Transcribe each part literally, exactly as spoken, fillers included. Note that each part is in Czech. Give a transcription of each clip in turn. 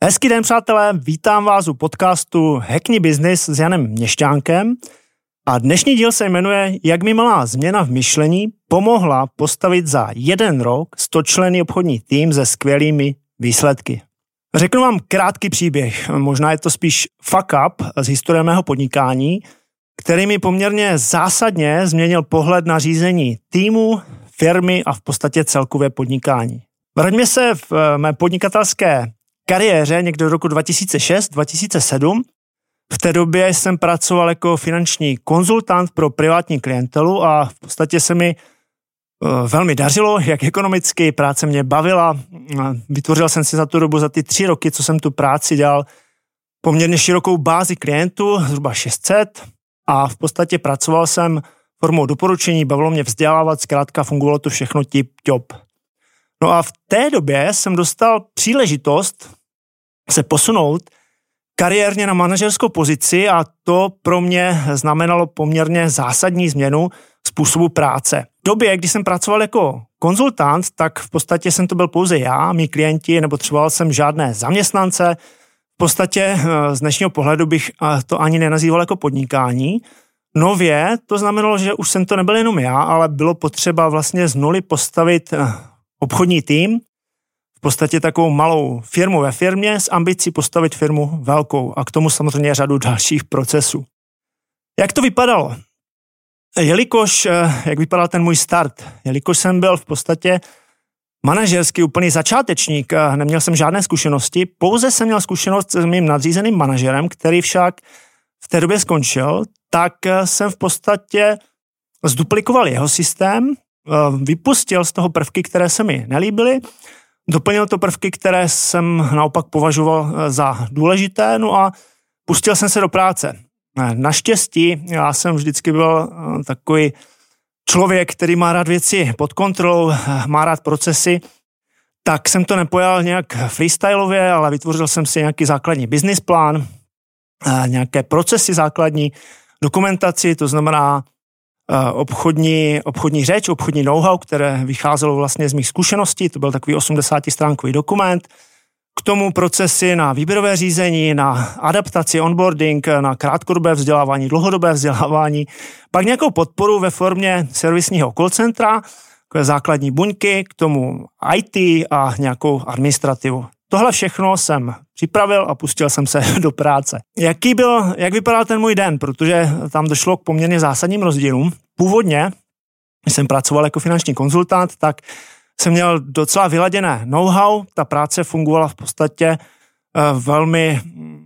Hezký den, přátelé, vítám vás u podcastu Hackni Business s Janem Měšťánkem a dnešní díl se jmenuje Jak mi malá změna v myšlení pomohla postavit za jeden rok stočlenný obchodní tým se skvělými výsledky. Řeknu vám krátký příběh, možná je to spíš fuck up z historie mého podnikání, který mi poměrně zásadně změnil pohled na řízení týmu, firmy a v podstatě celkové podnikání. Vraťme se v mé podnikatelské kariéře někdy do roku dva tisíce šest dva tisíce sedm. V té době jsem pracoval jako finanční konzultant pro privátní klientelu a v podstatě se mi velmi dařilo, jak ekonomicky, práce mě bavila. Vytvořil jsem si za tu dobu, za ty tři roky, co jsem tu práci dělal, poměrně širokou bázi klientů, zhruba šest set, a v podstatě pracoval jsem formou doporučení, bavilo mě vzdělávat, zkrátka fungovalo to všechno tip-top. No a v té době jsem dostal příležitost se posunout kariérně na manažerskou pozici a to pro mě znamenalo poměrně zásadní změnu způsobu práce. V době, kdy jsem pracoval jako konzultant, tak v podstatě jsem to byl pouze já, mý klienti, nebo třeba jsem žádné zaměstnance. V podstatě z dnešního pohledu bych to ani nenazýval jako podnikání. Nově to znamenalo, že už jsem to nebyl jenom já, ale bylo potřeba vlastně z nuly postavit obchodní tým, v podstatě takovou malou firmu ve firmě s ambicí postavit firmu velkou a k tomu samozřejmě řadu dalších procesů. Jak to vypadalo? Jelikož, jak vypadal ten můj start, jelikož jsem byl v podstatě manažerský úplný začátečník, neměl jsem žádné zkušenosti, pouze jsem měl zkušenost s mým nadřízeným manažerem, který však v té době skončil, tak jsem v podstatě zduplikoval jeho systém, vypustil z toho prvky, které se mi nelíbily, doplnil to prvky, které jsem naopak považoval za důležité, no a pustil jsem se do práce. Naštěstí, já jsem vždycky byl takový člověk, který má rád věci pod kontrolou, má rád procesy, tak jsem to nepojal nějak freestylově, ale vytvořil jsem si nějaký základní business plán, nějaké procesy základní, dokumentaci, to znamená obchodní, obchodní řeč, obchodní know-how, které vycházelo vlastně z mých zkušeností, to byl takový osmdesátistránkový dokument, k tomu procesy na výběrové řízení, na adaptaci, onboarding, na krátkodobé vzdělávání, dlouhodobé vzdělávání, pak nějakou podporu ve formě servisního call centra, takové základní buňky, k tomu í té a nějakou administrativu. Tohle všechno jsem připravil a pustil jsem se do práce. Jaký byl, jak vypadal ten můj den, protože tam došlo k poměrně zásadním rozdílům. Původně, když jsem pracoval jako finanční konzultant, tak jsem měl docela vyladěné know-how, ta práce fungovala v podstatě uh, velmi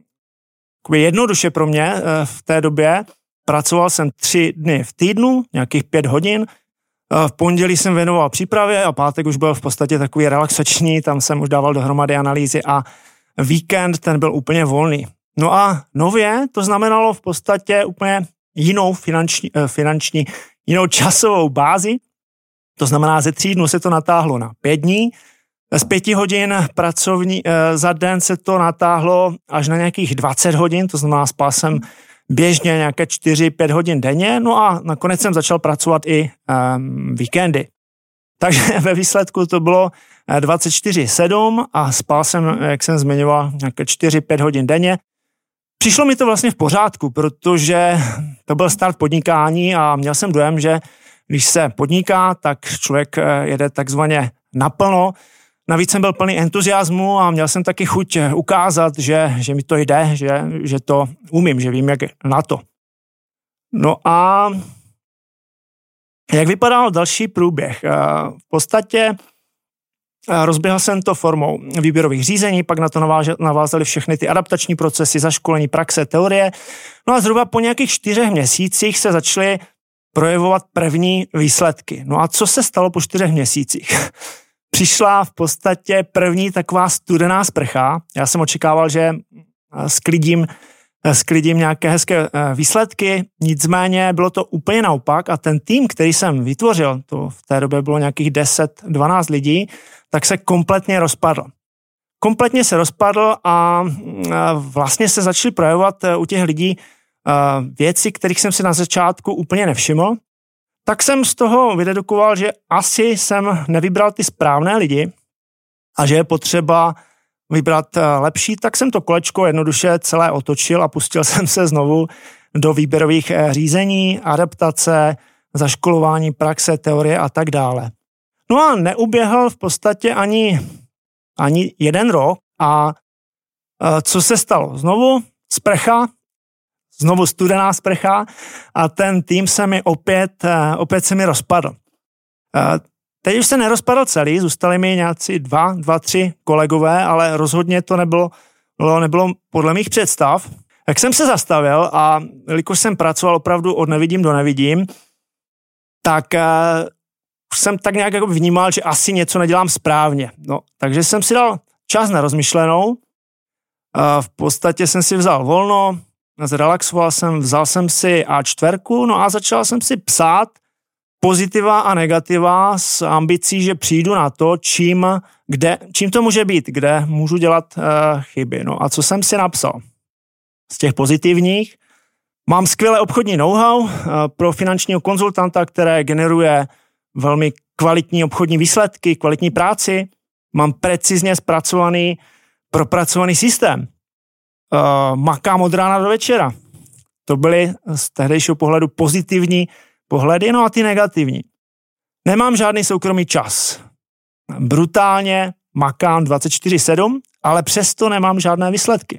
uh, jednoduše pro mě uh, v té době. Pracoval jsem tři dny v týdnu, nějakých pět hodin. V pondělí jsem věnoval přípravě a pátek už byl v podstatě takový relaxační, tam jsem už dával dohromady analýzy a víkend ten byl úplně volný. No a nově to znamenalo v podstatě úplně jinou finanční, finanční jinou časovou bázi, to znamená ze tří dnů se to natáhlo na pět dní, z pěti hodin pracovní, za den se to natáhlo až na nějakých dvacet hodin, to znamená spal jsem běžně nějaké čtyři pět hodin denně, no a nakonec jsem začal pracovat i um, víkendy. Takže ve výsledku to bylo dvacet čtyři sedm a spal jsem, jak jsem zmiňoval, nějaké čtyři pět hodin denně. Přišlo mi to vlastně v pořádku, protože to byl start podnikání a měl jsem dojem, že když se podniká, tak člověk jede takzvaně naplno. Navíc jsem byl plný entuziasmu a měl jsem taky chuť ukázat, že, že mi to jde, že, že to umím, že vím, jak na to. No a jak vypadal další průběh? V podstatě rozběhl jsem to formou výběrových řízení, pak na to navázaly všechny ty adaptační procesy, zaškolení, praxe, teorie. No a zhruba po nějakých čtyřech měsících se začaly projevovat první výsledky. No a co se stalo po čtyřech měsících? Přišla v podstatě první taková studená sprcha. Já jsem očekával, že sklidím, sklidím nějaké hezké výsledky, nicméně bylo to úplně naopak a ten tým, který jsem vytvořil, to v té době bylo nějakých deset dvanáct lidí, tak se kompletně rozpadl. Kompletně se rozpadl a vlastně se začaly projevovat u těch lidí věci, kterých jsem si na začátku úplně nevšiml. Tak jsem z toho vydedukoval, že asi jsem nevybral ty správné lidi a že je potřeba vybrat lepší, tak jsem to kolečko jednoduše celé otočil a pustil jsem se znovu do výběrových řízení, adaptace, zaškolování, praxe, teorie a tak dále. No a neuběhl v podstatě ani, ani jeden rok a co se stalo? Znovu sprcha, znovu studená sprcha a ten tým se mi opět, opět se mi rozpadl. Teď už se nerozpadl celý, zůstali mi nějací dva, dva, tři kolegové, ale rozhodně to nebylo, nebylo podle mých představ. Jak jsem se zastavil a jelikož jsem pracoval opravdu od nevidím do nevidím, tak uh, už jsem tak nějak jako vnímal, že asi něco nedělám správně. No, takže jsem si dal čas na rozmyšlenou. Uh, v podstatě jsem si vzal volno, zrelaxoval jsem, vzal jsem si á čtyři, no a začal jsem si psát pozitiva a negativa s ambicí, že přijdu na to, čím, kde, čím to může být, kde můžu dělat uh, chyby. No a co jsem si napsal? Z těch pozitivních mám skvělé obchodní know-how uh, pro finančního konzultanta, které generuje velmi kvalitní obchodní výsledky, kvalitní práci. Mám precizně zpracovaný, propracovaný systém. Uh, makám od rána do večera. To byly z tehdejšího pohledu pozitivní pohledy, no a ty negativní. Nemám žádný soukromý čas. Brutálně makám dvacet čtyři sedm, ale přesto nemám žádné výsledky.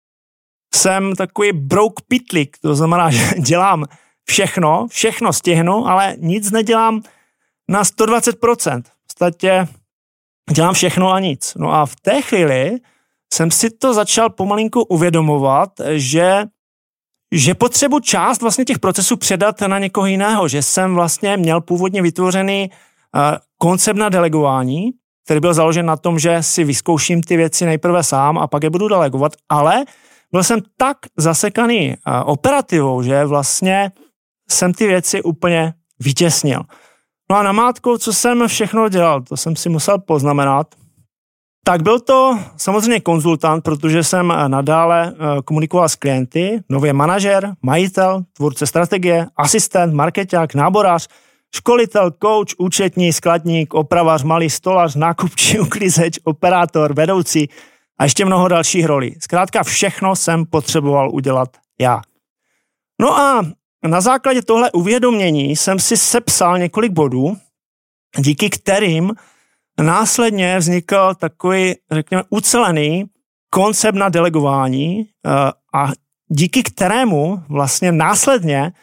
Jsem takový broke pitlík, to znamená, že dělám všechno, všechno stihnu, ale nic nedělám na sto dvacet procent. V podstatě dělám všechno a nic. No a v té chvíli jsem si to začal pomalinku uvědomovat, že že potřebuji část vlastně těch procesů předat na někoho jiného, že jsem vlastně měl původně vytvořený uh, koncept na delegování, který byl založen na tom, že si vyzkouším ty věci nejprve sám a pak je budu delegovat, ale byl jsem tak zasekaný uh, operativou, že vlastně jsem ty věci úplně vytěsnil. No a namátkou, co jsem všechno dělal, to jsem si musel poznamenat. Tak byl to samozřejmě konzultant, protože jsem nadále komunikoval s klienty, nově manažer, majitel, tvůrce strategie, asistent, markeťák, náborář, školitel, coach, účetní, skladník, opravař, malý stolař, nákupčí, uklizeč, operátor, vedoucí a ještě mnoho dalších rolí. Zkrátka všechno jsem potřeboval udělat já. No a na základě tohle uvědomění jsem si sepsal několik bodů, díky kterým následně vznikl takový, řekněme, ucelený koncept na delegování a díky kterému vlastně následně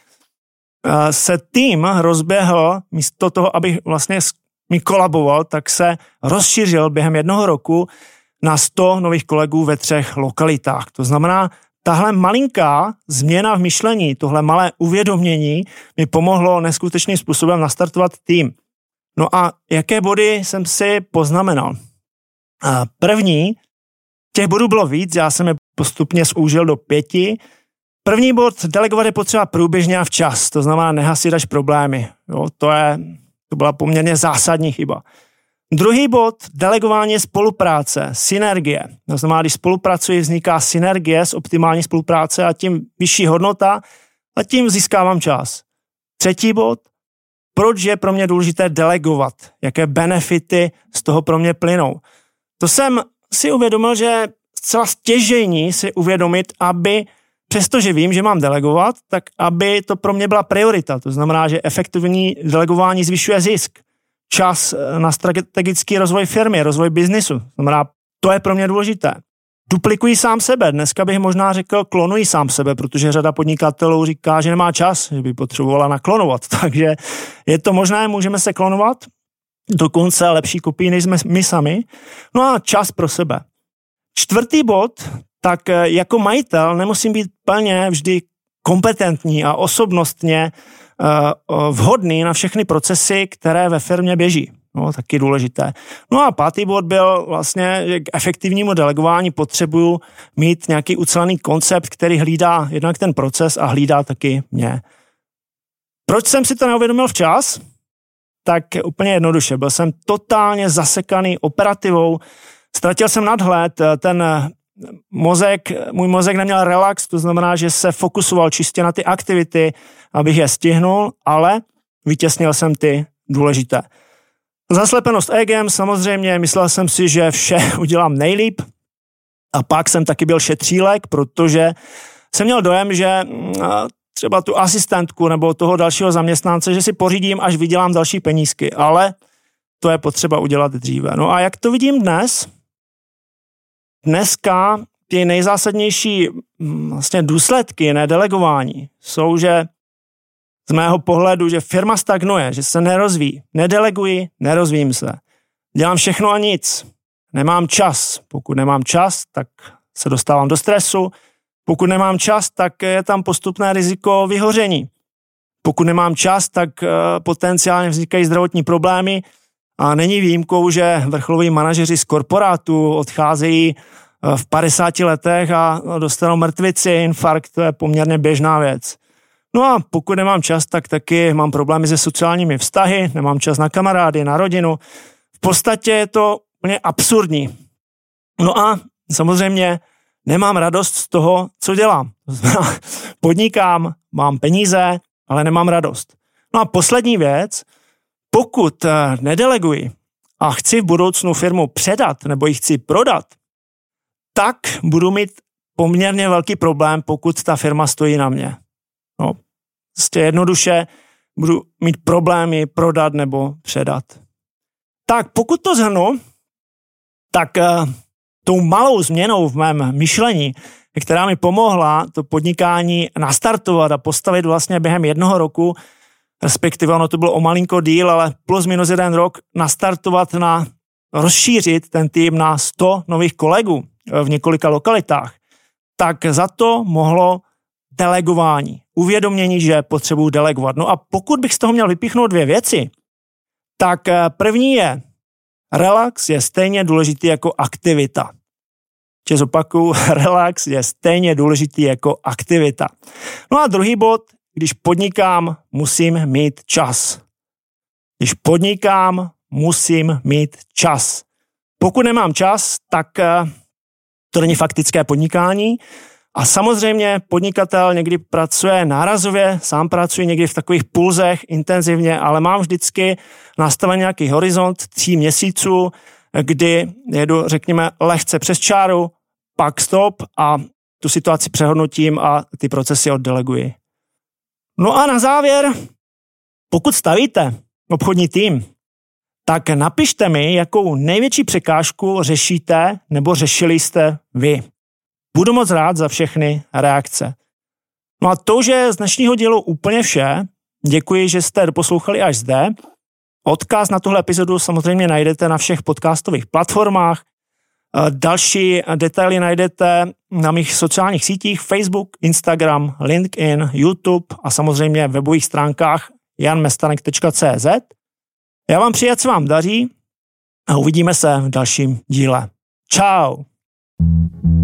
se tým rozběhl, místo toho, aby vlastně mi kolaboval, tak se rozšířil během jednoho roku na sto nových kolegů ve třech lokalitách. To znamená, tahle malinká změna v myšlení, tohle malé uvědomění mi pomohlo neskutečným způsobem nastartovat tým. No a jaké body jsem si poznamenal? První, těch bodů bylo víc, já jsem je postupně zúžil do pěti. První bod, delegovat je potřeba průběžně a včas, to znamená nehasit až problémy. Jo, to, je, to byla poměrně zásadní chyba. Druhý bod, delegování je spolupráce, synergie. To znamená, když spolupracuji, vzniká synergie z optimální spolupráce a tím vyšší hodnota a tím získávám čas. Třetí bod, proč je pro mě důležité delegovat, jaké benefity z toho pro mě plynou. To jsem si uvědomil, že zcela stěžejní si uvědomit, aby, přestože vím, že mám delegovat, tak aby to pro mě byla priorita. To znamená, že efektivní delegování zvyšuje zisk. Čas na strategický rozvoj firmy, rozvoj biznisu. To znamená, to je pro mě důležité. Duplikují sám sebe. Dneska bych možná řekl, klonují sám sebe, protože řada podnikatelů říká, že nemá čas, že by potřebovala naklonovat. Takže je to možné, můžeme se klonovat, dokonce lepší kopii, než jsme my sami. No a čas pro sebe. Čtvrtý bod, tak jako majitel nemusím být plně vždy kompetentní a osobnostně vhodný na všechny procesy, které ve firmě běží. No, taky důležité. No a pátý bod byl vlastně, že k efektivnímu delegování potřebuju mít nějaký ucelený koncept, který hlídá jednak ten proces a hlídá taky mě. Proč jsem si to neuvědomil včas? Tak úplně jednoduše. Byl jsem totálně zasekaný operativou, ztratil jsem nadhled, ten mozek, můj mozek neměl relax, to znamená, že se fokusoval čistě na ty aktivity, abych je stihnul, ale vytěsnil jsem ty důležité. Zaslepenost egem, samozřejmě, myslel jsem si, že vše udělám nejlíp, A pak jsem taky byl šetřílek, protože jsem měl dojem, že třeba tu asistentku nebo toho dalšího zaměstnance, že si pořídím, až vydělám další penízky, ale to je potřeba udělat dříve. No a jak to vidím dnes? Dneska ty nejzásadnější vlastně důsledky nedelegování jsou, že z mého pohledu, že firma stagnuje, že se nerozvíjí. Nedeleguji, nerozvím se. Dělám všechno a nic. Nemám čas. Pokud nemám čas, tak se dostávám do stresu. Pokud nemám čas, tak je tam postupné riziko vyhoření. Pokud nemám čas, tak potenciálně vznikají zdravotní problémy a není výjimkou, že vrcholoví manažeři z korporátu odcházejí v padesáti letech a dostanou mrtvici, infarkt, to je poměrně běžná věc. No a pokud nemám čas, tak taky mám problémy se sociálními vztahy, nemám čas na kamarády, na rodinu. V podstatě je to úplně absurdní. No a samozřejmě nemám radost z toho, co dělám. Podnikám, mám peníze, ale nemám radost. No a poslední věc, pokud nedeleguji a chci v budoucnu firmu předat nebo ji chci prodat, tak budu mít poměrně velký problém, pokud ta firma stojí na mě. No, prostě jednoduše budu mít problémy prodat nebo předat. Tak pokud to shrnu, tak uh, tou malou změnou v mém myšlení, která mi pomohla to podnikání nastartovat a postavit vlastně během jednoho roku, respektive ono to bylo o malinko díl, ale plus minus jeden rok, nastartovat na rozšířit ten tým na sto nových kolegů v několika lokalitách, tak za to mohlo delegování. Uvědomění, že potřebuji delegovat. No a pokud bych z toho měl vypíchnout dvě věci, tak první je, relax je stejně důležitý jako aktivita. Čiže zopakuju, relax je stejně důležitý jako aktivita. No a druhý bod, když podnikám, musím mít čas. Když podnikám, musím mít čas. Pokud nemám čas, tak to není faktické podnikání. A samozřejmě podnikatel někdy pracuje nárazově, sám pracuji někdy v takových pulzech intenzivně, ale mám vždycky nastavený nějaký horizont tří měsíců, kdy jedu, řekněme, lehce přes čáru, pak stop a tu situaci přehodnotím a ty procesy oddeleguji. No a na závěr, pokud stavíte obchodní tým, tak napište mi, jakou největší překážku řešíte nebo řešili jste vy. Budu moc rád za všechny reakce. No a to, že je z dnešního dílu úplně vše, děkuji, že jste doposlouchali až zde. Odkaz na tuhle epizodu samozřejmě najdete na všech podcastových platformách. Další detaily najdete na mých sociálních sítích Facebook, Instagram, LinkedIn, YouTube a samozřejmě webových stránkách jan mestanek tečka cé zet. Já vám přeji, ať se vám daří a uvidíme se v dalším díle. Čau!